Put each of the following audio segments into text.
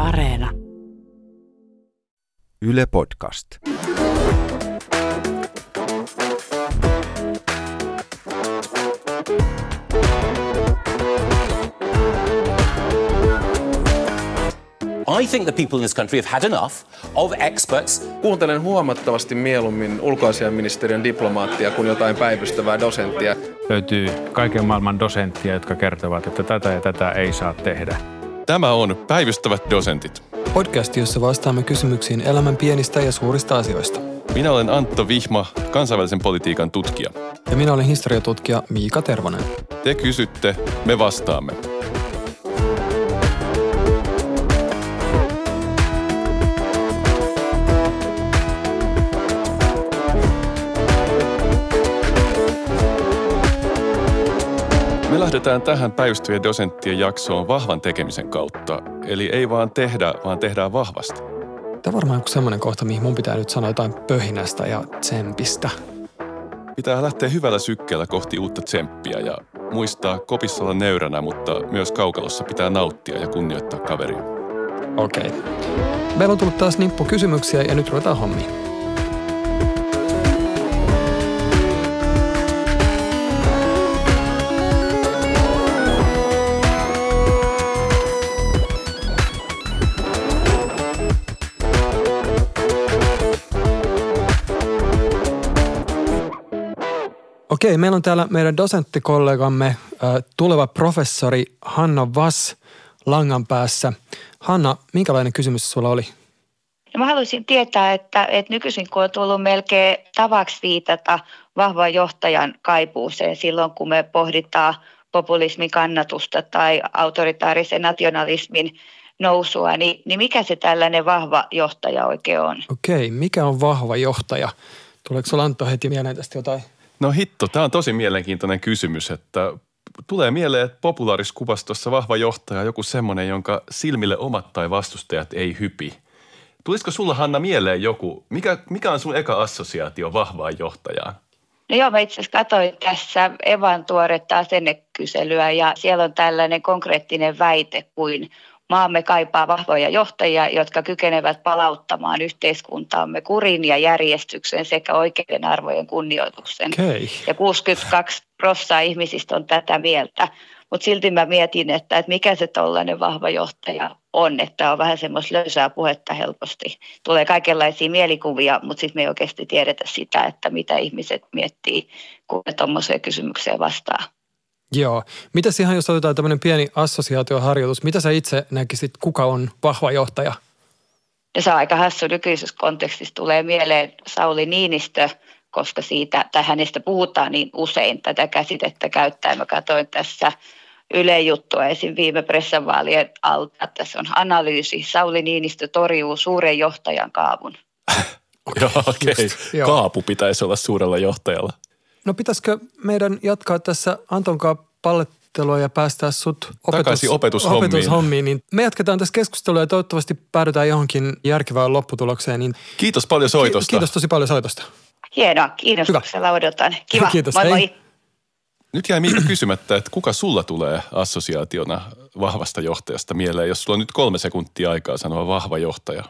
Areena. Yle Podcast. I think the people in this country have had enough of experts. Kuuntelen huomattavasti mieluummin ulkoasiainministeriön diplomaattia kuin jotain päivystävää dosenttia. Löytyy kaiken maailman dosenttia, jotka kertovat, että tätä ja tätä ei saa tehdä. Tämä on Päivystävät dosentit. Podcast, jossa vastaamme kysymyksiin elämän pienistä ja suurista asioista. Minä olen Antto Vihma, kansainvälisen politiikan tutkija. Ja minä olen historiatutkija Miika Tervonen. Te kysytte, me vastaamme. Me lähdetään tähän päivystävien dosenttien jaksoon vahvan tekemisen kautta. Eli ei vaan tehdä, vaan tehdään vahvasti. Tämä on varmaan joku semmoinen kohta, mihin mun pitää nyt sanoa jotain pöhinästä ja tsempistä. Pitää lähteä hyvällä sykkeellä kohti uutta tsemppiä ja muistaa kopissa olla nöyränä, mutta myös kaukalossa pitää nauttia ja kunnioittaa kaveria. Okei. Meillä on tullut taas nippu kysymyksiä ja nyt ruvetaan hommiin. Okei, meillä on täällä meidän dosenttikollegamme, tuleva professori Hanna Vass langan päässä. Hanna, minkälainen kysymys sulla oli? No mä haluaisin tietää, että nykyisin kun on tullut melkein tavaksi viitata vahvan johtajan kaipuuseen silloin, kun me pohditaan populismin kannatusta tai autoritaarisen nationalismin nousua, niin mikä se tällainen vahva johtaja oikein on? Okei, mikä on vahva johtaja? Tuleeko sulla Antto heti mieleen tästä jotain? No hitto, tämä on tosi mielenkiintoinen kysymys, että tulee mieleen, että populaariskuvastossa vahva johtaja joku semmoinen, jonka silmille omat tai vastustajat ei hypi. Tulisiko sulla, Hanna, mieleen joku, mikä on sun eka assosiaatio vahvaan johtajaan? No joo, mä itse asiassa katsoin tässä Evan tuoretta asennekyselyä ja siellä on tällainen konkreettinen väite kuin maamme kaipaa vahvoja johtajia, jotka kykenevät palauttamaan yhteiskuntaamme kurin ja järjestyksen sekä oikeiden arvojen kunnioituksen. Okay. Ja 62% ihmisistä on tätä mieltä. Mutta silti mä mietin, että mikä se tollainen vahva johtaja on, että on vähän semmoista löysää puhetta helposti. Tulee kaikenlaisia mielikuvia, mutta sitten me ei oikeasti tiedetä sitä, että mitä ihmiset miettii, kun ne tuommoiseen kysymykseen vastaa. Joo. Mitäs ihan, jos otetaan tämmöinen pieni assosiaatioharjoitus, mitä sä itse näkisit, kuka on vahva johtaja? Ja se on aika hassu nykyisessä kontekstissa. Tulee mieleen Sauli Niinistö, koska hänestä puhutaan niin usein tätä käsitettä käyttäen. Mä katsoin tässä Yle-juttua esim. Viime pressanvaalien alta. Tässä on analyysi. Sauli Niinistö torjuu suuren johtajan kaavun. Joo, okei. Kaapu pitäisi olla suurella johtajalla. No pitäisikö meidän jatkaa tässä Antonkaan pallettelua ja päästää sut takaisin opetushommiin. Niin me jatketaan tässä keskustelua ja toivottavasti päädytään johonkin järkevään lopputulokseen. Niin kiitos paljon soitosta. Kiitos tosi paljon soitosta. Hienoa, kiinnostuksella odotan. Kiva, kiitos, moi hei. moi. Nyt jäi Miika kysymättä, että kuka sulla tulee assosiaationa vahvasta johtajasta mieleen, jos sulla on nyt 3 sekuntia aikaa sanoa vahva johtaja?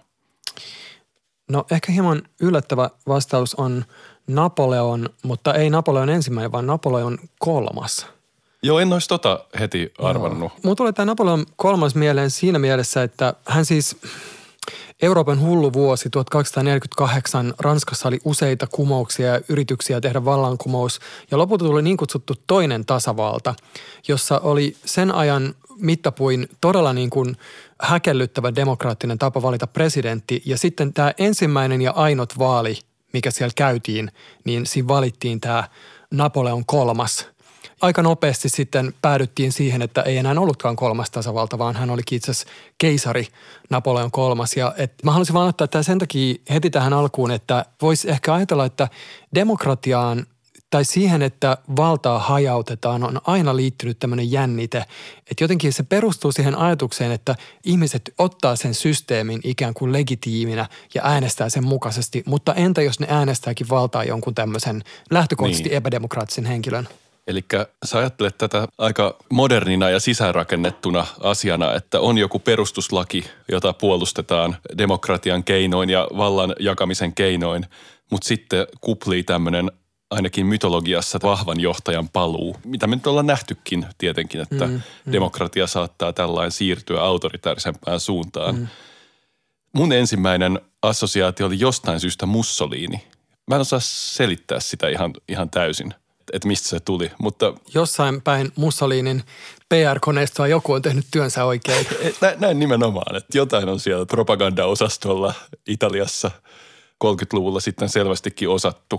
No ehkä hieman yllättävä vastaus on Napoleon, mutta ei Napoleon ensimmäinen, vaan Napoleon 3. Joo, en olisi heti arvannut. Mulla tulee tämä Napoleon 3 mieleen siinä mielessä, että hän siis Euroopan hullu vuosi 1248 Ranskassa oli useita kumouksia ja yrityksiä tehdä vallankumous ja lopulta tuli niin kutsuttu toinen tasavalta, jossa oli sen ajan mittapuin todella niin kuin häkellyttävä demokraattinen tapa valita presidentti ja sitten tämä ensimmäinen ja ainut vaali, mikä siellä käytiin, niin siinä valittiin tämä Napoleon 3. Aika nopeasti sitten päädyttiin siihen, että ei enää ollutkaan 3. tasavalta, vaan hän olikin itse asiassa keisari Napoleon 3. Ja mä haluaisin vaan ottaa tämän sen takia heti tähän alkuun, että voisi ehkä ajatella, että demokratiaan tai siihen, että valtaa hajautetaan, on aina liittynyt tämmöinen jännite. Että jotenkin se perustuu siihen ajatukseen, että ihmiset ottaa sen systeemin ikään kuin legitiiminä ja äänestää sen mukaisesti. Mutta entä jos ne äänestääkin valtaa jonkun tämmöisen lähtökohtaisesti epädemokraattisen henkilön? Eli sä ajattelet tätä aika modernina ja sisäänrakennettuna asiana, että on joku perustuslaki, jota puolustetaan demokratian keinoin ja vallan jakamisen keinoin, mutta sitten kuplii tämmöinen ainakin mytologiassa vahvan johtajan paluu, mitä me nyt ollaan nähtykin tietenkin, että demokratia saattaa tällainen siirtyä autoritaarisempään suuntaan. Mun ensimmäinen assosiaatio oli jostain syystä Mussolini. Mä en osaa selittää sitä ihan täysin, että mistä se tuli, mutta... Jossain päin Mussolinin PR-koneistoa joku on tehnyt työnsä oikein. Näin nimenomaan, että jotain on siellä propagandaosastolla Italiassa 30-luvulla sitten selvästikin osattu.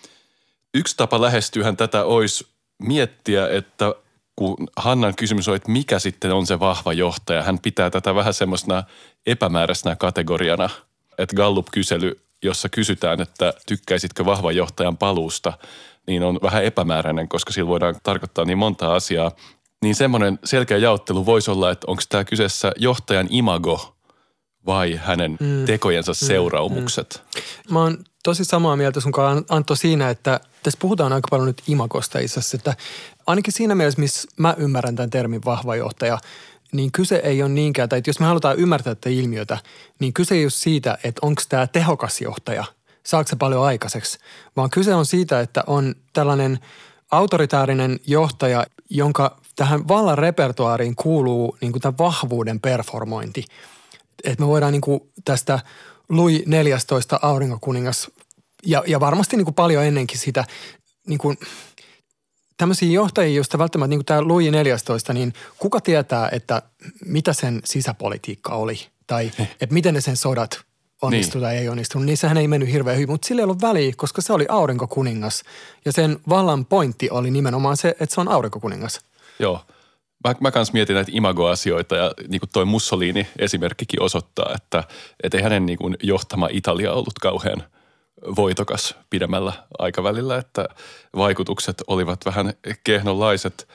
Yksi tapa lähestyähän tätä olisi miettiä, että kun Hannan kysymys on, että mikä sitten on se vahva johtaja, hän pitää tätä vähän semmoisena epämääräisenä kategoriana, että Gallup-kysely, jossa kysytään, että tykkäisitkö vahvan johtajan paluusta, niin on vähän epämääräinen, koska sillä voidaan tarkoittaa niin monta asiaa. Niin semmoinen selkeä jaottelu voisi olla, että onko tämä kyseessä johtajan imago vai hänen tekojensa seuraamukset. Mä oon tosi samaa mieltä sun kanssa, Antto, siinä, että tässä puhutaan aika paljon nyt imagosta itse asiassa, että ainakin siinä mielessä, missä mä ymmärrän tämän termin vahva johtaja, niin kyse ei ole niinkään, tai jos me halutaan ymmärtää tätä ilmiötä, niin kyse ei ole siitä, että onko tämä tehokas johtaja, saako se paljon aikaiseksi, vaan kyse on siitä, että on tällainen autoritäärinen johtaja, jonka tähän vallan repertuaariin kuuluu niin kuin tämän vahvuuden performointi. Että me voidaan niin kuin tästä Louis XIV aurinkokuningas ja varmasti niin kuin paljon ennenkin sitä niin kuin tämmöisiä johtajia, joista välttämättä niin kuin tämä Louis XIV, niin kuka tietää, että mitä sen sisäpolitiikka oli tai että miten ne sen sodat onnistui tai ei onnistunut. Niin sehän ei mennyt hirveän hyvin, mutta sillä ei ollut väliä, koska se oli aurinkokuningas ja sen vallan pointti oli nimenomaan se, että se on aurinkokuningas. Joo. Mä kans mietin näitä imago-asioita ja niin kuin toi Mussolini esimerkkikin osoittaa, että ei hänen niin kuin johtama Italia ollut kauhean voitokas pidemmällä aikavälillä, että vaikutukset olivat vähän kehnonlaiset.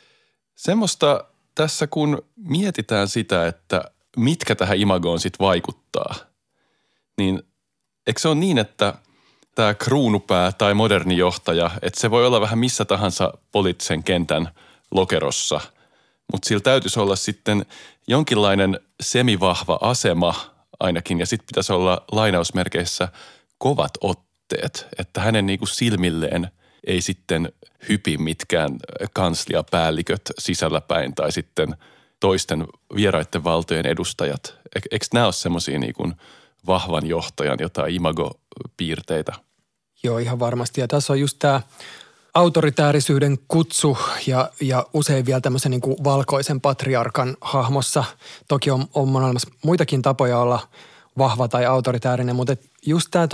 Semmoista tässä, kun mietitään sitä, että mitkä tähän imagoon sitten vaikuttaa, niin eikö se ole niin, että tämä kruunupää tai moderni johtaja, että se voi olla vähän missä tahansa poliittisen kentän lokerossa, mutta sillä täytyisi olla sitten jonkinlainen semivahva asema ainakin ja sitten pitäisi olla lainausmerkeissä kovat otteet, että hänen niinku silmilleen ei sitten hypi mitkään kansliapäälliköt sisälläpäin tai sitten toisten vieraiden valtojen edustajat. Eikö nämä ole semmoisia niinku vahvan johtajan jotain imago-piirteitä? Joo, ihan varmasti. Ja tässä on just tämä autoritäärisyyden kutsu ja usein vielä tämmöisen niin kuin valkoisen patriarkan hahmossa. Toki on olemassa muitakin tapoja olla vahva tai autoritäärinen, mutta just tämä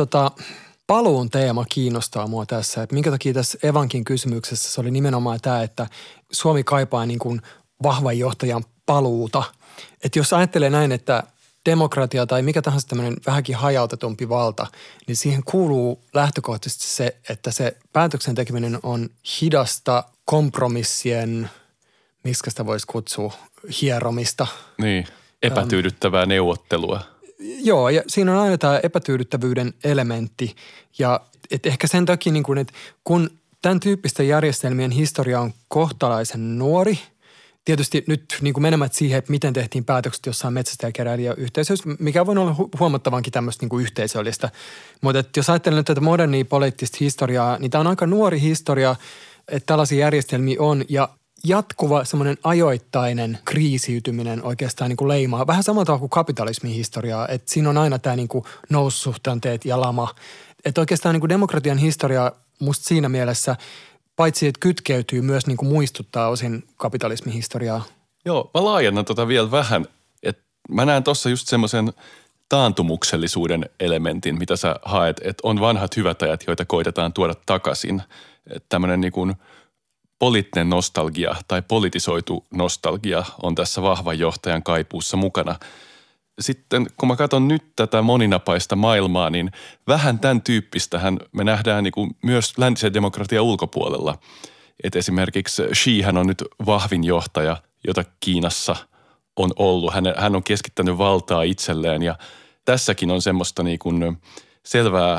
paluun teema kiinnostaa mua tässä. Että minkä takia tässä Evankin kysymyksessä se oli nimenomaan tämä, että Suomi kaipaa niin kuin vahvan johtajan paluuta. Että jos ajattelee näin, että demokratia tai mikä tahansa tämmöinen vähänkin hajautetumpi valta, niin siihen kuuluu lähtökohtaisesti se, että se päätöksen tekeminen on hidasta kompromissien, miksi sitä voisi kutsua, hieromista. Niin, epätyydyttävää neuvottelua. Joo, ja siinä on aina tämä epätyydyttävyyden elementti ja ehkä sen takia, niin kun, että kun tämän tyyppisten järjestelmien historia on kohtalaisen nuori, tietysti nyt niin kuin menemät siihen, että miten tehtiin päätökset jossain metsästäjäkeräilijäyhteisössä, mikä voi olla huomattavankin tämmöistä niin kuin yhteisöllistä. Mutta jos ajattelen tätä modernia poliittista historiaa, niin tämä on aika nuori historia, että tällaisia järjestelmiä on ja jatkuva semmoinen ajoittainen kriisiytyminen oikeastaan niin kuin leimaa. Vähän samalla tavalla kuin kapitalismin historiaa, että siinä on aina tämä niin kuin noussuhtanteet ja lama. Että oikeastaan niin kuin demokratian historia musta siinä mielessä paitsi, että kytkeytyy myös niin kuin muistuttaa osin kapitalismin historiaa. Joo, mä laajennan vielä vähän. Että mä näen tuossa just semmoisen taantumuksellisuuden elementin, mitä sä haet, että on vanhat hyvät ajat, joita koitetaan tuoda takaisin. Että tämmöinen niin kuin poliittinen nostalgia tai politisoitu nostalgia on tässä vahvan johtajan kaipuussa mukana. Sitten kun mä katson nyt tätä moninapaista maailmaa, niin vähän tämän tyyppistähän me nähdään niin kuin myös läntisen demokratian ulkopuolella. Et esimerkiksi Xihän on nyt vahvin johtaja, jota Kiinassa on ollut. Hän on keskittänyt valtaa itselleen ja tässäkin on semmoista niin kuin selvää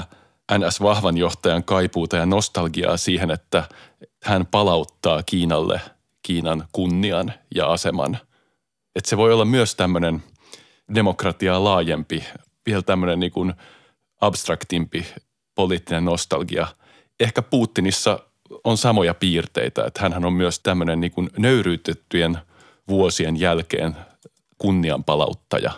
NS-vahvan johtajan kaipuuta ja nostalgiaa siihen, että hän palauttaa Kiinalle Kiinan kunnian ja aseman. Että se voi olla myös tämmöinen demokratiaa laajempi, vielä tämmöinen niin kuin abstraktimpi poliittinen nostalgia. Ehkä Putinissa on samoja piirteitä, että hänhän on myös tämmöinen niin kuin nöyryytettyjen vuosien jälkeen kunnian palauttaja.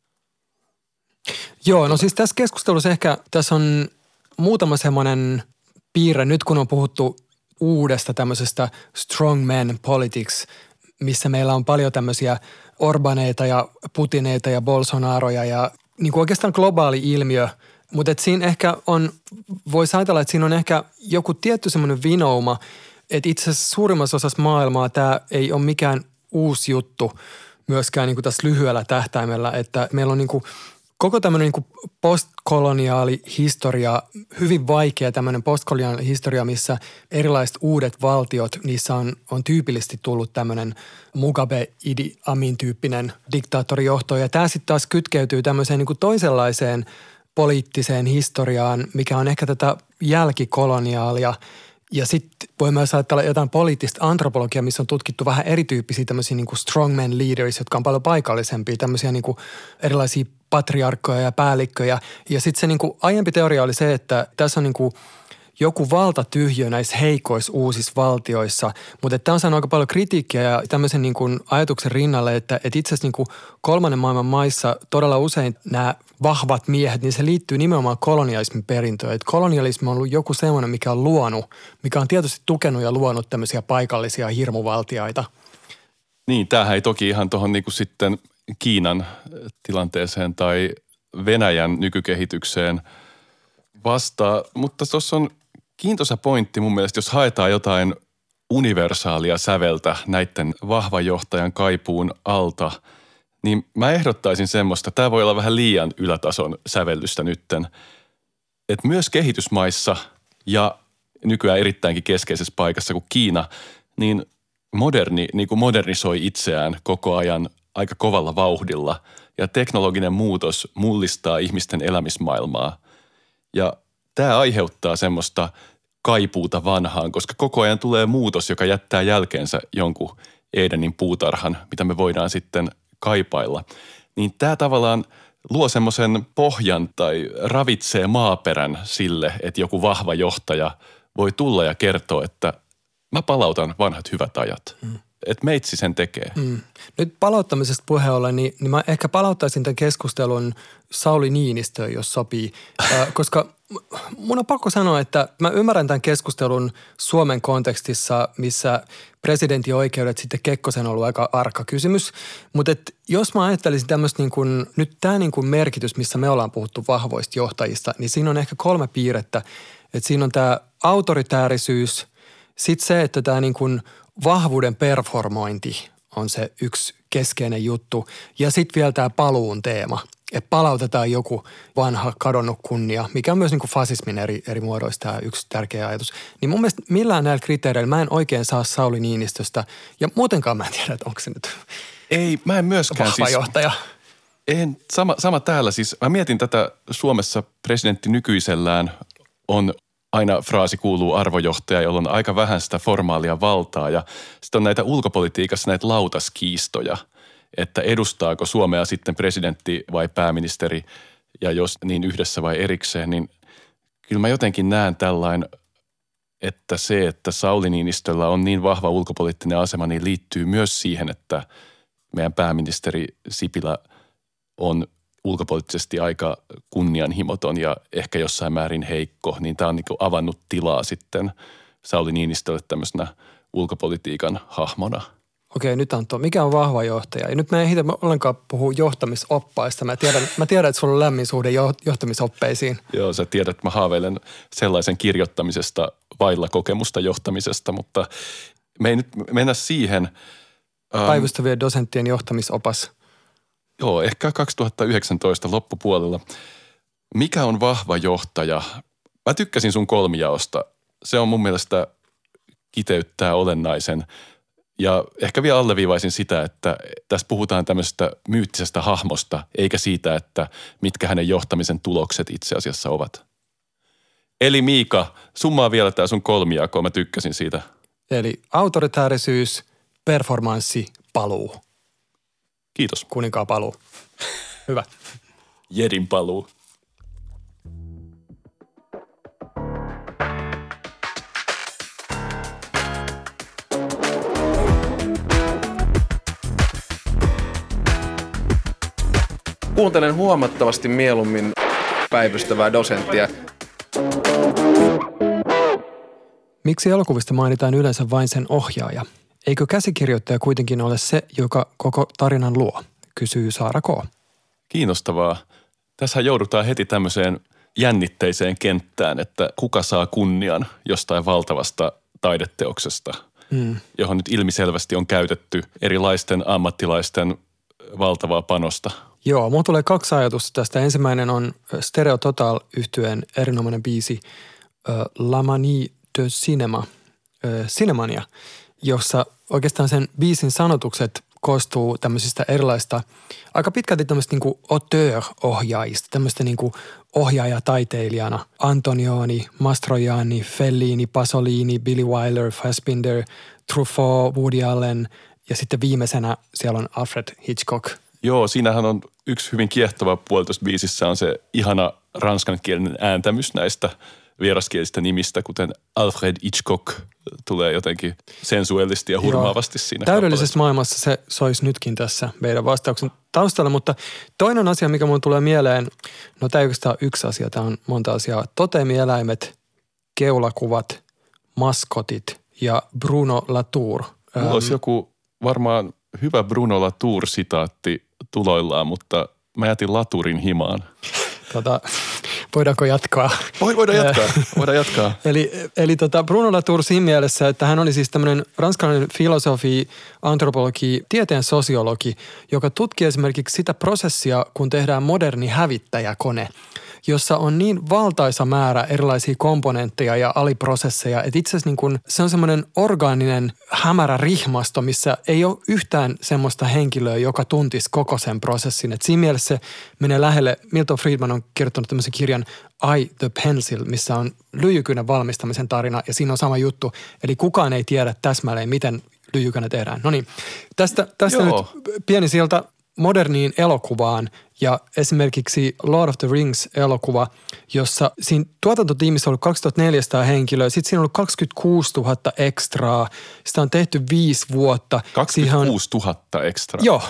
Joo, no siis tässä keskustelussa ehkä tässä on muutama semmoinen piirre, nyt kun on puhuttu uudesta tämmöisestä strongman politics, missä meillä on paljon tämmöisiä Orbaneita ja Putineita ja Bolsonaroja ja niin kuin oikeastaan globaali ilmiö, mutta siinä ehkä voisi ajatella, että siinä on ehkä joku tietty semmoinen vinouma, että itse asiassa suurimmassa osassa maailmaa tämä ei ole mikään uusi juttu myöskään niin kuin tässä lyhyellä tähtäimellä, että meillä on niin kuin koko tämmöinen niin kuin postkoloniaali historia, hyvin vaikea tämmöinen postkoloniaali historia, missä erilaiset uudet valtiot, niissä on tyypillisesti tullut tämmöinen Mugabe Idi Amin tyyppinen diktaattorijohto. Ja tämä sitten taas kytkeytyy tämmöiseen niin kuin toisenlaiseen poliittiseen historiaan, mikä on ehkä tätä jälkikoloniaalia. Ja sitten voi myös ajatella jotain poliittista antropologiaa, missä on tutkittu vähän erityyppisiä tämmöisiä niin kuin strongman leaders, jotka on paljon paikallisempia, tämmöisiä niin kuin erilaisia patriarkkoja ja päällikköjä. Ja sitten se niin kuin aiempi teoria oli se, että tässä on niin kuin joku valtatyhjö näissä heikoissa uusissa valtioissa, mutta tämä on saanut aika paljon kritiikkiä ja tämmöisen niin kuin ajatuksen rinnalle, että itse asiassa niin kuin kolmannen maailman maissa todella usein nämä vahvat miehet, niin se liittyy nimenomaan kolonialismin perintöön. Että kolonialismi on ollut joku semmoinen, mikä on luonut, mikä on tietysti tukenut ja luonut tämmöisiä paikallisia hirmuvaltioita. Niin, tämähän ei toki ihan tuohon niin kuin sitten Kiinan tilanteeseen tai Venäjän nykykehitykseen vastaa, mutta tuossa on kiintoisa pointti mun mielestä, jos haetaan jotain universaalia säveltä näiden vahvan johtajan kaipuun alta, niin mä ehdottaisin semmoista, tämä voi olla vähän liian ylätason sävellystä nytten, että myös kehitysmaissa ja nykyään erittäinkin keskeisessä paikassa kuin Kiina, niin modernisoi itseään koko ajan aika kovalla vauhdilla ja teknologinen muutos mullistaa ihmisten elämismaailmaa. Ja tämä aiheuttaa semmoista kaipuuta vanhaan, koska koko ajan tulee muutos, joka jättää jälkeensä jonkun Edenin puutarhan, mitä me voidaan sitten kaipailla. Niin tämä tavallaan luo semmoisen pohjan tai ravitsee maaperän sille, että joku vahva johtaja voi tulla ja kertoa, että mä palautan vanhat hyvät ajat. Että meitsi sen tekee. Nyt palauttamisesta puheen ollen, niin mä ehkä palauttaisin tämän keskustelun Sauli Niinistöön, jos sopii. Koska mun on pakko sanoa, että mä ymmärrän tämän keskustelun Suomen kontekstissa, missä presidentin oikeudet sitten Kekkosen on ollut aika arka kysymys. Mutta jos mä ajattelisin tämmöistä niin kuin, nyt tämä niin kuin merkitys, missä me ollaan puhuttu vahvoista johtajista, niin siinä on ehkä 3 piirrettä. Että siinä on tämä autoritäärisyys, sitten se, että tämä niin kuin vahvuuden performointi on se yksi keskeinen juttu. Ja sitten vielä tämä paluun teema, että palautetaan joku vanha kadonnut kunnia, mikä on myös niin kuin fasismin eri muodoista tämä yksi tärkeä ajatus. Niin mun mielestä millään näillä kriteereillä mä en oikein saa Sauli Niinistöstä, ja muutenkaan mä en tiedä, että onko se nyt ei, mä en myöskään vahva johtaja. Sama täällä siis. Mä mietin tätä Suomessa presidentti nykyisellään on aina fraasi kuuluu arvojohtaja, jolla on aika vähän sitä formaalia valtaa ja sitten on näitä ulkopolitiikassa näitä lautaskiistoja, että edustaako Suomea sitten presidentti vai pääministeri ja jos niin yhdessä vai erikseen, niin kyllä mä jotenkin näen tällainen, että se, että Sauli Niinistöllä on niin vahva ulkopoliittinen asema, niin liittyy myös siihen, että meidän pääministeri Sipilä on ulkopoliittisesti aika kunnianhimoton ja ehkä jossain määrin heikko, niin tämä on niin kuin avannut tilaa sitten Sauli Niinistölle tämmöisenä ulkopolitiikan hahmona. Okei, nyt Antto, mikä on vahva johtaja? Ja nyt mä en ehditä ollenkaan puhua johtamisoppaista. Mä tiedän, että sulla on lämmin suhde johtamisoppeisiin. Joo, sä tiedät, että mä haaveilen sellaisen kirjoittamisesta vailla kokemusta johtamisesta, mutta me ei nyt mennä siihen. Päivystävien dosenttien johtamisopas. Joo, ehkä 2019 loppupuolella. Mikä on vahva johtaja? Mä tykkäsin sun kolmijaosta. Se on mun mielestä kiteyttää olennaisen. Ja ehkä vielä alleviivaisin sitä, että tässä puhutaan tämmöisestä myyttisestä hahmosta, eikä siitä, että mitkä hänen johtamisen tulokset itse asiassa ovat. Eli Miika, summaa vielä tää sun kolmijako, mä tykkäsin siitä. Eli autoritäärisyys, performanssi, paluu. Kiitos. Kuninkaan paluu. Hyvä. Jedin paluu. Kuuntelen huomattavasti mieluummin päivystävää dosenttia. Miksi elokuvista mainitaan yleensä vain sen ohjaaja? Eikö käsikirjoittaja kuitenkin ole se, joka koko tarinan luo? Kysyy Saara K. Kiinnostavaa. Tässä joudutaan heti tämmöiseen jännitteiseen kenttään, että kuka saa kunnian jostain valtavasta taideteoksesta, johon nyt ilmiselvästi on käytetty erilaisten ammattilaisten valtavaa panosta. Joo, mulla tulee kaksi ajatusta tästä. Ensimmäinen on Stereo Total -yhtyeen erinomainen biisi La Manie de Cinemania, jossa oikeastaan sen biisin sanotukset koostuu tämmöisistä erilaista, aika pitkälti tämmöistä niinku auteur-ohjaajista, tämmöistä niinku ohjaajataiteilijana. Antonioni, Mastroianni, Fellini, Pasolini, Billy Wilder, Fassbinder, Truffaut, Woody Allen ja sitten viimeisenä siellä on Alfred Hitchcock. Joo, siinähän on yksi hyvin kiehtova puoli tuossa biisissä on se ihana ranskankielinen ääntämys näistä vieraskielisistä nimistä, kuten Alfred Hitchcock tulee jotenkin sensuellisesti ja hurmaavasti siinä. Täydellisessä maailmassa se soisi nytkin tässä meidän vastauksen taustalla, mutta toinen asia, mikä mun tulee mieleen, no tämä ei oikeastaan yksi asia, tämä on monta asiaa. Toteemieläimet, keulakuvat, maskotit ja Bruno Latour. Mulla olisi joku varmaan hyvä Bruno Latour-sitaatti tuloillaan, mutta mä jätin Latourin himaan. Voidaanko jatkaa? Voidaan jatkaa. Eli Bruno Latour siinä mielessä, että hän oli siis tämmöinen ranskalainen filosofi, antropologi, tieteen sosiologi, joka tutki esimerkiksi sitä prosessia, kun tehdään moderni hävittäjäkone, jossa on niin valtaisa määrä erilaisia komponentteja ja aliprosesseja, että itse asiassa niin kun se on semmoinen orgaaninen hämärä rihmasto, missä ei ole yhtään semmoista henkilöä, joka tuntisi koko sen prosessin. Et siinä mielessä se menee lähelle. Milton Friedman on kirjoittanut tämmöisen kirjan I, the Pencil, missä on lyijykynän valmistamisen tarina ja siinä on sama juttu. Eli kukaan ei tiedä täsmälleen, miten lyijykynä tehdään. No niin, tästä nyt pieni sieltä moderniin elokuvaan ja esimerkiksi Lord of the Rings-elokuva, jossa siinä tuotantotiimissä on ollut 2400 henkilöä, sitten siinä on ollut 26 000 ekstraa, sitä on tehty 5 vuotta. 26 000 ekstraa? Joo.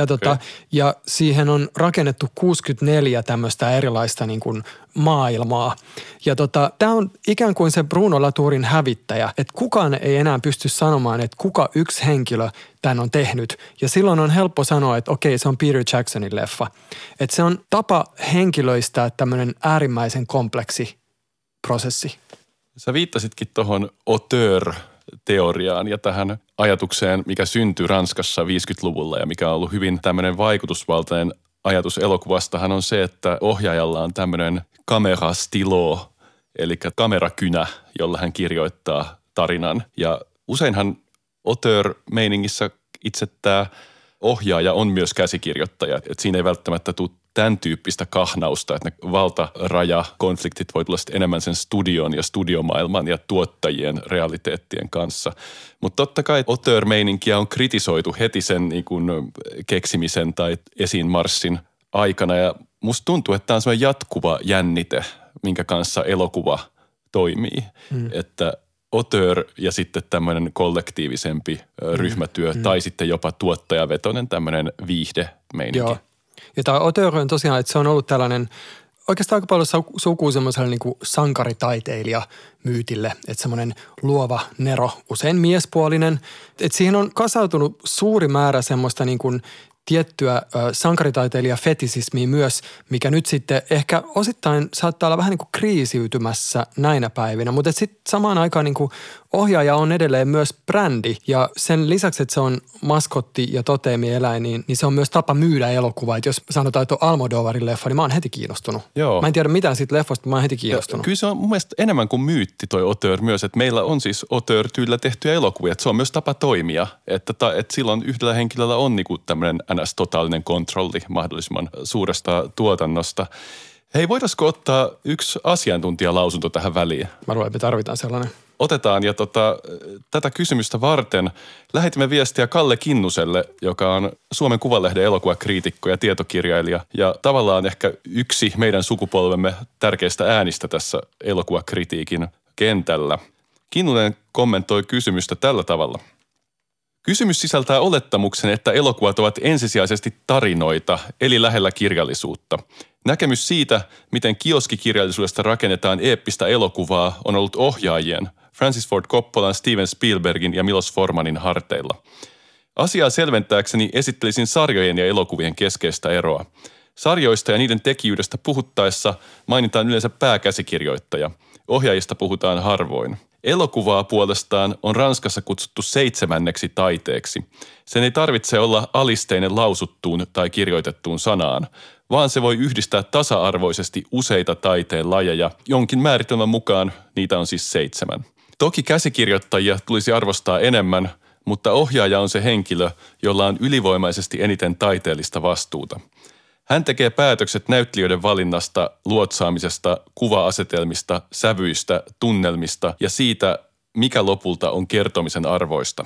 Ja siihen on rakennettu 64 tämmöistä erilaista niin kuin maailmaa. Ja tämä on ikään kuin se Bruno Latourin hävittäjä, että kukaan ei enää pysty sanomaan, että kuka yksi henkilö tämän on tehnyt. Ja silloin on helppo sanoa, että okei, se on Peter Jacksonin leffa. Että se on tapa henkilöistää tämmöinen äärimmäisen kompleksi prosessi. Sä viittasitkin tuohon auteur-teoriaan ja tähän ajatukseen, mikä syntyi Ranskassa 50-luvulla ja mikä on ollut hyvin tämmöinen vaikutusvaltainen ajatus elokuvastahan on se, että ohjaajalla on tämmöinen camera stylo, eli kamerakynä, jolla hän kirjoittaa tarinan. Ja useinhan auteur-meiningissä itse tämä ohjaaja on myös käsikirjoittaja, että siinä ei välttämättä tule tämän tyyppistä kahnausta, että ne valtarajakonfliktit voi tulla enemmän sen studion ja studiomaailman ja tuottajien realiteettien kanssa. Mutta totta kai auteur-meininkiä on kritisoitu heti sen niin kuin keksimisen tai esiinmarssin aikana ja musta tuntuu, että tämä on sellainen jatkuva jännite, minkä kanssa elokuva toimii, että auteur ja sitten tämmöinen kollektiivisempi ryhmätyö tai sitten jopa tuottajavetoinen tämmöinen viihdemeininki. Joo. Ja tämä auteur on tosiaan, että se on ollut tällainen oikeastaan aika paljon sukuu semmoiselle niin kuin sankaritaiteilija-myytille, että semmoinen luova nero, usein miespuolinen. Että siihen on kasautunut suuri määrä semmoista niin kuin tiettyä sankaritaiteilija-fetisismiä myös, mikä nyt sitten ehkä osittain saattaa olla vähän niin kuin kriisiytymässä näinä päivinä, mutta sitten samaan aikaan niin kuin ohjaaja on edelleen myös brändi ja sen lisäksi, että se on maskotti ja toteemieläin, niin se on myös tapa myydä elokuvaa. Että jos sanotaan, että on Almodovarin leffa, niin mä oon heti kiinnostunut. Joo. Mä en tiedä mitään siitä leffasta, mutta mä oon heti kiinnostunut. Ja kyllä se on mun mielestä enemmän kuin myytti toi auteur myös, että meillä on siis auteur-tyylillä tehtyjä elokuvia, että se on myös tapa toimia, että silloin yhdellä henkilöllä on niinku tämmöinen totaalinen kontrolli mahdollisimman suuresta tuotannosta. Hei, voitaisiko ottaa yksi asiantuntijalausunto tähän väliin? Mä luulen, että me tarvitaan sellainen. Otetaan ja tätä kysymystä varten lähetimme viestiä Kalle Kinnuselle, joka on Suomen Kuvalehden elokuvakriitikko ja tietokirjailija ja tavallaan ehkä yksi meidän sukupolvemme tärkeistä äänistä tässä elokuvakritiikin kentällä. Kinnunen kommentoi kysymystä tällä tavalla. Kysymys sisältää olettamuksen, että elokuvat ovat ensisijaisesti tarinoita, eli lähellä kirjallisuutta. Näkemys siitä, miten kioskikirjallisuudesta rakennetaan eeppistä elokuvaa, on ollut ohjaajien Francis Ford Coppolan, Steven Spielbergin ja Milos Formanin harteilla. Asiaa selventääkseni esittelisin sarjojen ja elokuvien keskeistä eroa. Sarjoista ja niiden tekijyydestä puhuttaessa mainitaan yleensä pääkäsikirjoittaja. Ohjaajista puhutaan harvoin. Elokuvaa puolestaan on Ranskassa kutsuttu 7. taiteeksi. Sen ei tarvitse olla alisteinen lausuttuun tai kirjoitettuun sanaan, vaan se voi yhdistää tasa-arvoisesti useita taiteen lajeja. Jonkin määritelmän mukaan niitä on siis 7. Toki käsikirjoittajia tulisi arvostaa enemmän, mutta ohjaaja on se henkilö, jolla on ylivoimaisesti eniten taiteellista vastuuta. Hän tekee päätökset näyttelijöiden valinnasta, luotsaamisesta, kuva-asetelmista, sävyistä, tunnelmista ja siitä, mikä lopulta on kertomisen arvoista.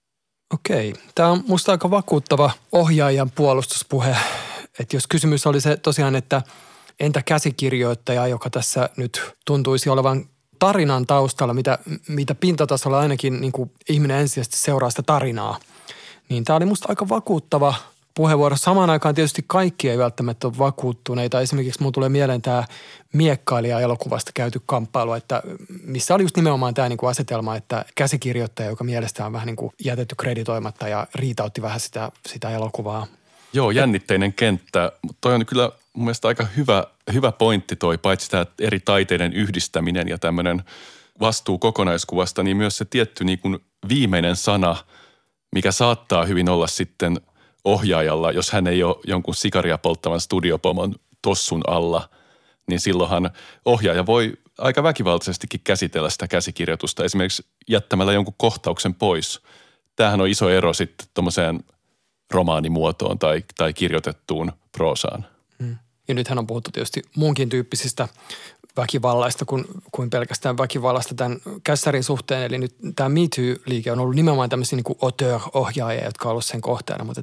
Okei. Tämä on musta aika vakuuttava ohjaajan puolustuspuhe. Että jos kysymys oli se tosiaan, että entä käsikirjoittaja, joka tässä nyt tuntuisi olevan tarinan taustalla, mitä pintatasolla ainakin niin kuin ihminen ensisijaisesti seuraa sitä tarinaa, niin tämä oli musta aika vakuuttava puheenvuoro. Samaan aikaan tietysti kaikki ei välttämättä ole vakuuttuneita. Esimerkiksi mulle tulee mieleen tämä miekkailija-elokuvasta käyty kamppailu, että missä oli just nimenomaan tämä niin kuin asetelma, että käsikirjoittaja, joka mielestään on vähän niin kuin jätetty kreditoimatta ja riitautti vähän sitä elokuvaa. Joo, jännitteinen kenttä. Toi on kyllä mun mielestä aika hyvä pointti toi, paitsi tämä eri taiteiden yhdistäminen ja tämmöinen vastuu kokonaiskuvasta, niin myös se tietty niin kuin viimeinen sana, mikä saattaa hyvin olla sitten ohjaajalla, jos hän ei ole jonkun sikaria polttavan studiopomon tossun alla, niin silloinhan ohjaaja voi aika väkivaltaisestikin käsitellä sitä käsikirjoitusta, esimerkiksi jättämällä jonkun kohtauksen pois. Tämähän on iso ero sitten tuommoiseen romaanimuotoon tai kirjoitettuun proosaan. Ja nythän on puhuttu tietysti muunkin tyyppisistä väkivallaista kuin pelkästään väkivallasta tämän kässärin suhteen. Eli nyt tämä Me Too-liike on ollut nimenomaan tämmöisiä niin kuin auteur-ohjaajia, jotka on ollut sen kohteena, mutta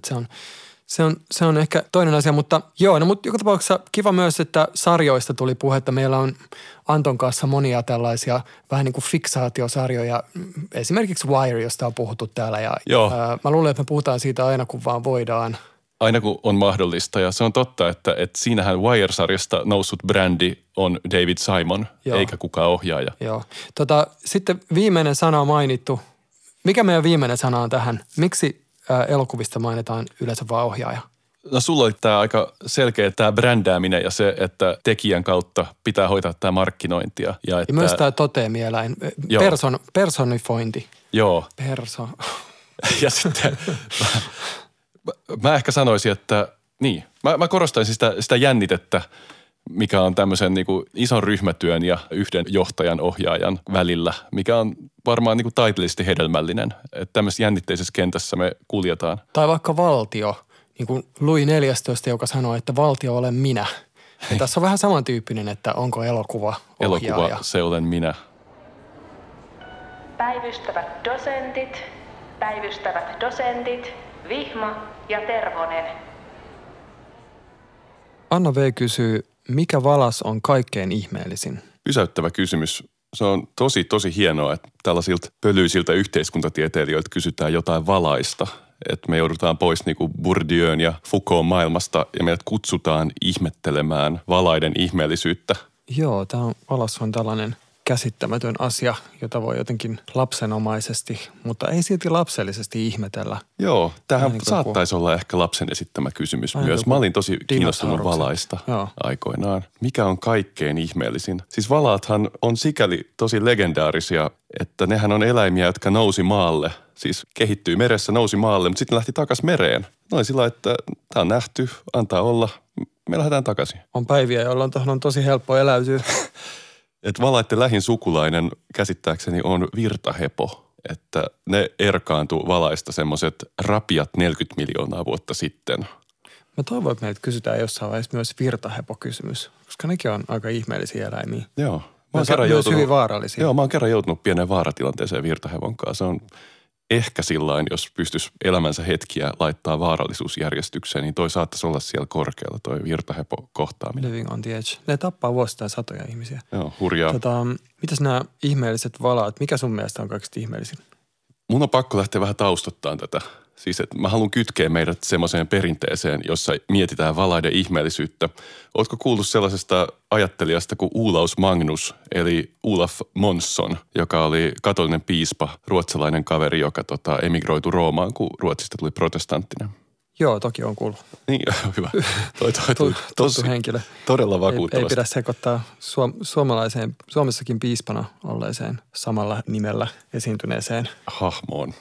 se on ehkä toinen asia. Mutta joo, no mutta joka tapauksessa kiva myös, että sarjoista tuli puhetta. Meillä on Anton kanssa monia tällaisia vähän niin kuin fiksaatiosarjoja. Esimerkiksi Wire, josta on puhuttu täällä. Ja mä luulen, että me puhutaan siitä aina, kun vaan voidaan. Aina kun on mahdollista ja se on totta, että siinähän Wire-sarjasta noussut brändi on David Simon, eikä kukaan ohjaaja. Joo. Sitten viimeinen sana on mainittu. Mikä meidän viimeinen sana on tähän? Miksi elokuvista mainitaan yleensä vaan ohjaaja? No sulla oli tämä aika selkeä tämä brändääminen ja se, että tekijän kautta pitää hoitaa tämä markkinointia. Ja myös tämä toteamieläin, personifointi. Joo. Ja sitten mä ehkä sanoisin, että niin, mä korostaisin sitä jännitettä, mikä on tämmöisen niin kuin ison ryhmätyön ja yhden johtajan ohjaajan välillä, mikä on varmaan niin kuin taiteellisesti hedelmällinen. Että tämmöisessä jännitteisessä kentässä me kuljetaan. Tai vaikka valtio, niin kuin Louis XIV, joka sanoi, että valtio olen minä. Ja tässä on vähän samantyyppinen, että onko elokuva ohjaaja. Elokuva, se olen minä. Päivystävät dosentit, Vihma ja Tervonen. Anna V. kysyy, mikä valas on kaikkein ihmeellisin? Pysäyttävä kysymys. Se on tosi hienoa, että tällaisilta pölyisiltä yhteiskuntatieteilijöiltä kysytään jotain valaista. Että me joudutaan pois niinku Bourdieun ja Foucaultin maailmasta ja meidät kutsutaan ihmettelemään valaiden ihmeellisyyttä. Joo, valas on tällainen käsittämätön asia, jota voi jotenkin lapsenomaisesti, mutta ei silti lapsellisesti ihmetellä. Joo, tämähän saattaisi olla ehkä lapsen esittämä kysymys myös. Mä olin tosi kiinnostunut valaista aikoinaan. Mikä on kaikkein ihmeellisin? Siis valaathan on sikäli tosi legendaarisia, että nehän on eläimiä, jotka nousi maalle. Siis kehittyi meressä, nousi maalle, mutta sitten lähti takaisin mereen. Noin sillä, että tämä on nähty, antaa olla, me lähdetään takaisin. On päiviä, jolloin tuohon on tosi helppo eläytyä. Että valaiden lähin sukulainen käsittääkseni on virtahepo, että ne erkaantui valaista semmoiset rapiat 40 miljoonaa vuotta sitten. Mä toivon, että meiltä kysytään jossain vaiheessa myös virtahepokysymys, koska nekin on aika ihmeellisiä eläimiä. Joo. Myös hyvin vaarallisia. Joo, mä oon kerran joutunut pieneen vaaratilanteeseen virtahevon kanssa. Se on ehkä sillain, jos pystyisi elämänsä hetkiä laittaa vaarallisuusjärjestykseen, niin toi saattaisi olla siellä korkealla, toi virtahepo kohtaaminen. Living on the edge. Ne tappaa vuosittain satoja ihmisiä. Joo, hurjaa. Mitäs nämä ihmeelliset valaat, mikä sun mielestä on kaikista ihmeellisin? Mun on pakko lähteä vähän taustottaan tätä. Siis, että mä haluan kytkeä meidät semmoiseen perinteeseen, jossa mietitään valaiden ihmeellisyyttä. Ootko kuullut sellaisesta ajattelijasta kuin Olaus Magnus, eli Olaf Månsson, joka oli katolinen piispa, ruotsalainen kaveri, joka emigroitu Roomaan, kun Ruotsista tuli protestanttinen? Joo, toki on kuullut. Niin, hyvä. Tuttu henkilö. Todella vakuuttavasti. Ei pidä sekoittaa Suomessakin piispana olleeseen samalla nimellä esiintyneeseen hahmoon.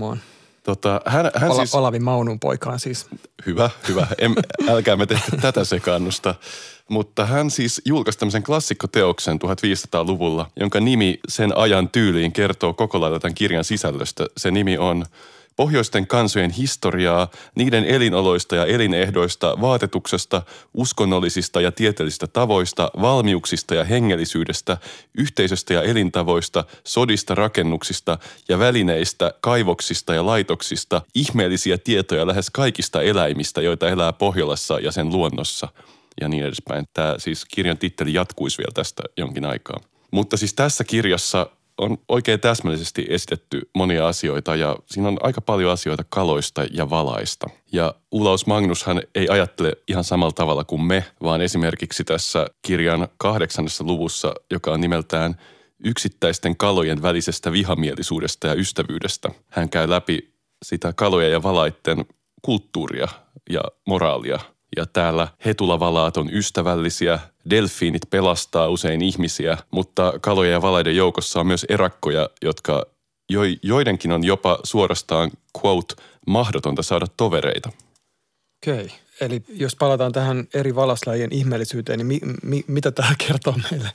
Hän siis Olavi Maunun poikaan siis. Hyvä. Älkää me tehdä tätä sekaannusta. Mutta hän siis julkaisi tämmöisen klassikkoteoksen 1500-luvulla, jonka nimi sen ajan tyyliin kertoo koko lailla tämän kirjan sisällöstä. Se nimi on Pohjoisten kansojen historiaa, niiden elinoloista ja elinehdoista, vaatetuksesta, uskonnollisista ja tieteellisistä tavoista, valmiuksista ja hengellisyydestä, yhteisöstä ja elintavoista, sodista, rakennuksista ja välineistä, kaivoksista ja laitoksista, ihmeellisiä tietoja lähes kaikista eläimistä, joita elää Pohjolassa ja sen luonnossa ja niin edespäin. Tämä siis kirjan titteli jatkuisi vielä tästä jonkin aikaa. Mutta siis tässä kirjassa on oikein täsmällisesti esitetty monia asioita ja siinä on aika paljon asioita kaloista ja valaista. Ja Olaus Magnushan ei ajattele ihan samalla tavalla kuin me, vaan esimerkiksi tässä kirjan 8. luvussa, joka on nimeltään Yksittäisten kalojen välisestä vihamielisuudesta ja ystävyydestä. Hän käy läpi sitä kalojen ja valaitten kulttuuria ja moraalia. Ja täällä hetulavalaat on ystävällisiä, delfiinit pelastaa usein ihmisiä, mutta kalojen ja valaiden joukossa on myös erakkoja, jotka joidenkin on jopa suorastaan, quote, mahdotonta saada tovereita. Okei. Eli jos palataan tähän eri valaslajien ihmeellisyyteen, niin mitä tämä kertoo meille?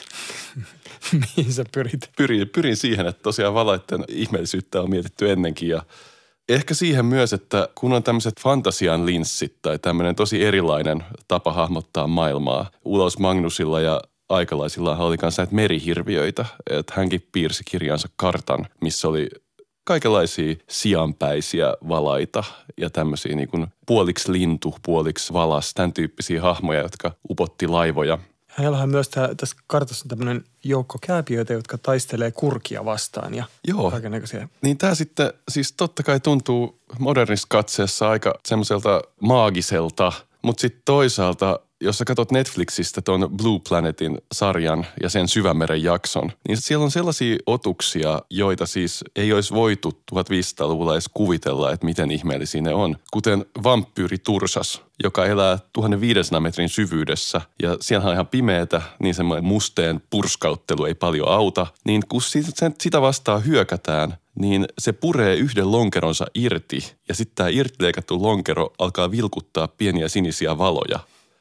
Mihin sä pyrit? Pyrin siihen, että tosiaan valaitten ihmeellisyyttä on mietitty ennenkin ja ehkä siihen myös, että kun on tämmöiset fantasian linssit tai tämmöinen tosi erilainen tapa hahmottaa maailmaa. Olaus Magnusilla ja aikalaisilla oli kanssa näitä merihirviöitä, että hänkin piirsi kirjansa kartan, missä oli kaikenlaisia sianpäisiä valaita ja tämmöisiä niin kuin puoliksi lintu, puoliksi valas, tämän tyyppisiä hahmoja, jotka upotti laivoja. Hänellä on myös tässä kartassa tämmöinen joukko kääpiöitä, jotka taistelee kurkia vastaan ja kaikennäköisiä. Niin tämä sitten siis totta kai tuntuu modernissa katseessa aika semmoiselta maagiselta, mutta sitten toisaalta, jos sä katsot Netflixistä ton Blue Planetin sarjan ja sen Syvämeren jakson, niin siellä on sellaisia otuksia, joita siis ei olisi voitu 1500-luvulla edes kuvitella, että miten ihmeellisiä ne on. Kuten vampyyri Tursas, joka elää 1500 metrin syvyydessä ja siellä on ihan pimeätä, niin semmoinen musteen purskauttelu ei paljon auta. Niin kun sitä vastaan hyökätään, niin se puree yhden lonkeronsa irti ja sitten tämä irtileikattu lonkero alkaa vilkuttaa pieniä sinisiä valoja.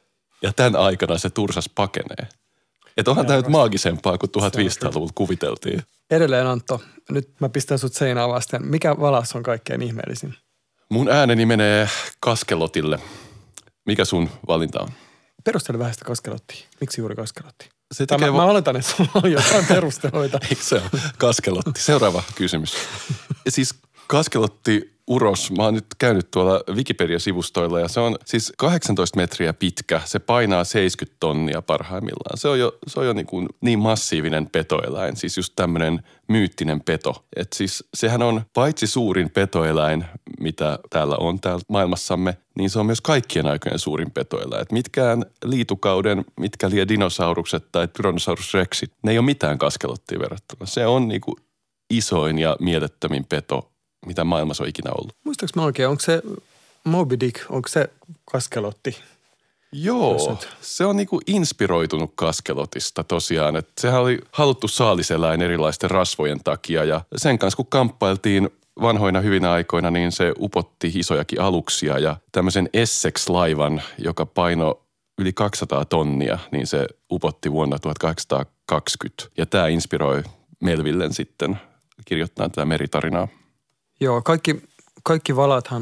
Ja tämän aikana se Tursas pakenee. Että onhan tämä nyt maagisempaa kuin 1500-luvulla kuviteltiin. Edelleen Antto, nyt mä pistän sut seinään vasten. Mikä valas on kaikkein ihmeellisin? Mun ääneni menee kaskelotille. Mikä sun valinta on? Perustele vähän sitä kaskelottia. Miksi juuri kaskelotti? Mä oletan, että sulla on jotain perusteluita. Eikö se ole kaskelotti? Seuraava kysymys. Siis kaskelotti uros. Mä oon nyt käynyt tuolla Wikipedia-sivustoilla ja se on siis 18 metriä pitkä. Se painaa 70 tonnia parhaimmillaan. Se on jo niin massiivinen petoeläin, siis just tämmöinen myyttinen peto. Et siis sehän on paitsi suurin petoeläin, mitä täällä on täällä maailmassamme, niin se on myös kaikkien aikojen suurin petoeläin. Et mitkään liitukauden, mitkä lie dinosaurukset tai Tyrannosaurus rexit, ne ei ole mitään kaskelottiin verrattuna. Se on niinku isoin ja mielettömin peto, mitä maailmassa on ikinä ollut. Muistaaks mä oikein, onko se Moby Dick, onko se kaskelotti? Joo, se on niinku inspiroitunut kaskelotista tosiaan. Että sehän oli haluttu saaliseläin erilaisten rasvojen takia ja sen kanssa kun kamppailtiin vanhoina hyvinä aikoina, niin se upotti isojakin aluksia ja tämmöisen Essex-laivan, joka painoi yli 200 tonnia, niin se upotti vuonna 1820. Ja tämä inspiroi Melvillen sitten kirjoittaa tätä meritarinaa. Joo, kaikki valaathan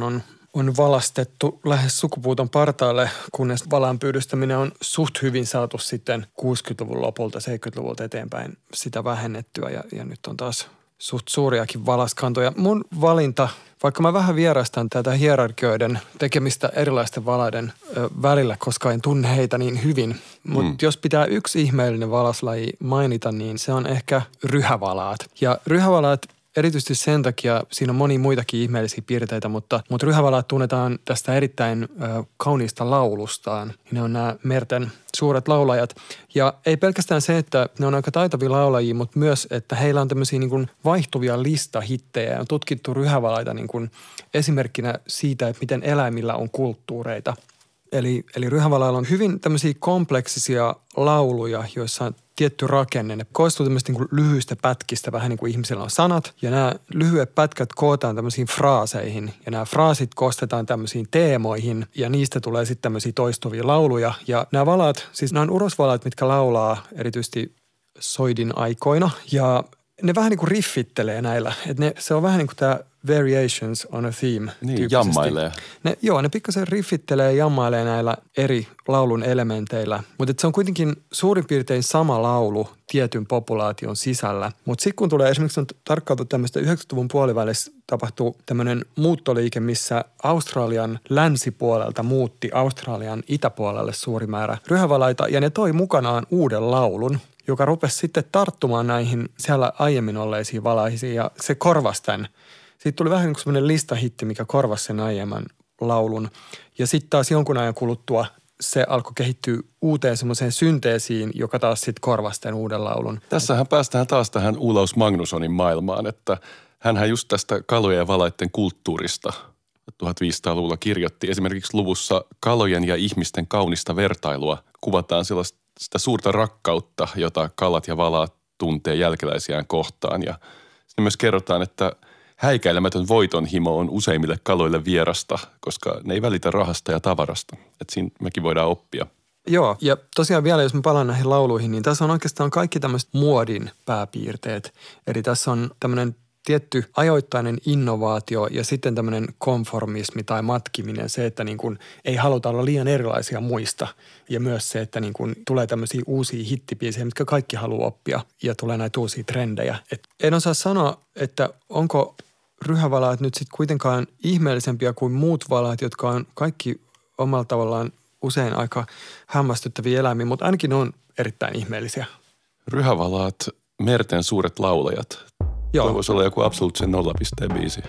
on valastettu lähes sukupuuton partaalle, kunnes valan pyydystäminen on suht hyvin saatu sitten 60-luvun lopulta, 70-luvulta eteenpäin sitä vähennettyä ja nyt on taas suht suuriakin valaskantoja. Mun valinta, vaikka mä vähän vierastan tätä hierarkioiden tekemistä erilaisten valaiden välillä, koska en tunne heitä niin hyvin, mutta jos pitää yksi ihmeellinen valaslaji mainita, niin se on ehkä ryhävalaat. Ja ryhävalaat erityisesti sen takia, siinä on monia muitakin ihmeellisiä piirteitä, mutta ryhävalaat tunnetaan tästä erittäin kauniista laulustaan. Ne on nämä merten suuret laulajat. Ja ei pelkästään se, että ne on aika taitavia laulajia, mutta myös, että heillä on tämmöisiä niin kuin vaihtuvia listahittejä. On tutkittu ryhävalaita niin kuin esimerkkinä siitä, että miten eläimillä on kulttuureita. Eli ryhävalailla on hyvin tämmöisiä kompleksisia lauluja, joissa on tietty rakenne. Ne koostuu tämmöistä niin kuin lyhyistä pätkistä, vähän niin kuin ihmisillä on sanat. Ja nämä lyhyet pätkät kootaan tämmöisiin fraaseihin. Ja nämä fraasit koostetaan tämmöisiin teemoihin. Ja niistä tulee sitten tämmöisiä toistuvia lauluja. Ja nämä valaat, siis nämä on urosvalaat, mitkä laulaa erityisesti soidin aikoina. Ja ne vähän niin kuin riffittelee näillä. Se on vähän niin kuin tämä variations on a theme. Niin, jammailee. Ne pikkasen riffittelee ja jammailee näillä eri laulun elementeillä. Mutta se on kuitenkin suurin piirtein sama laulu tietyn populaation sisällä. Mutta sitten kun tulee esimerkiksi on tarkkailtu tämmöistä 90-luvun puolivälissä tapahtuu tämmöinen muuttoliike, missä Australian länsipuolelta muutti Australian itäpuolelle suuri määrä ryhävalaita. Ja ne toi mukanaan uuden laulun, joka rupesi sitten tarttumaan näihin siellä aiemmin olleisiin valaisiin ja se korvasi tämän. Siitä tuli vähän niin kuin semmoinen listahitti, mikä korvasi sen aiemman laulun. Ja sitten taas jonkun ajan kuluttua se alkoi kehittyä uuteen semmoiseen synteesiin, joka taas sitten korvasi tämän uuden laulun. Tässähän päästään taas tähän Olaus Magnussonin maailmaan, että hänhän just tästä kalojen ja valaiden kulttuurista 1500-luvulla kirjoitti. Esimerkiksi luvussa Kalojen ja ihmisten kaunista vertailua kuvataan sitä suurta rakkautta, jota kalat ja valaat tuntee jälkeläisiään kohtaan. Ja sitten myös kerrotaan, että häikäilemätön voitonhimo on useimmille kaloille vierasta, koska ne ei välitä rahasta ja tavarasta. Että siinä mekin voidaan oppia. Joo, ja tosiaan vielä, jos mä palaan näihin lauluihin, niin tässä on oikeastaan kaikki tämmöiset muodin pääpiirteet. Eli tässä on tämmöinen tietty ajoittainen innovaatio ja sitten tämmöinen konformismi tai matkiminen, se, että niin kuin ei haluta olla liian erilaisia muista. Ja myös se, että niin kuin tulee tämmöisiä uusia hittibiisejä, mitkä kaikki haluaa oppia ja tulee näitä uusia trendejä. En osaa sanoa, että onko ryhävalaat nyt sitten kuitenkaan ihmeellisempiä kuin muut valaat, jotka on kaikki omalla tavallaan usein aika hämmästyttäviä eläimiä, mutta ainakin ne on erittäin ihmeellisiä. Ryhävalaat, merten suuret laulajat. Joo. Toi voisi olla joku absoluuttisen nollapisteen-biisi.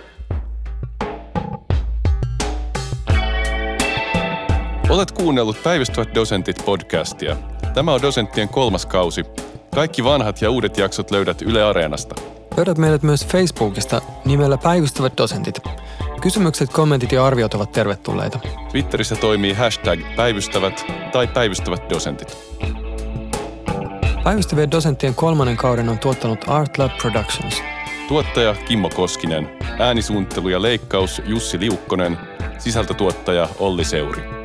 Olet kuunnellut Päivystävät dosentit -podcastia. Tämä on Dosenttien 3. kausi. Kaikki vanhat ja uudet jaksot löydät Yle Areenasta. Löydät meidät myös Facebookista nimellä Päivystävät dosentit. Kysymykset, kommentit ja arviot ovat tervetulleita. Twitterissä toimii #päivystävät tai päivystävät dosentit. Päivystävien dosenttien 3. kauden on tuottanut Art Lab Productions. Tuottaja Kimmo Koskinen, äänisuunnittelu ja leikkaus Jussi Liukkonen, sisältötuottaja Olli Seuri.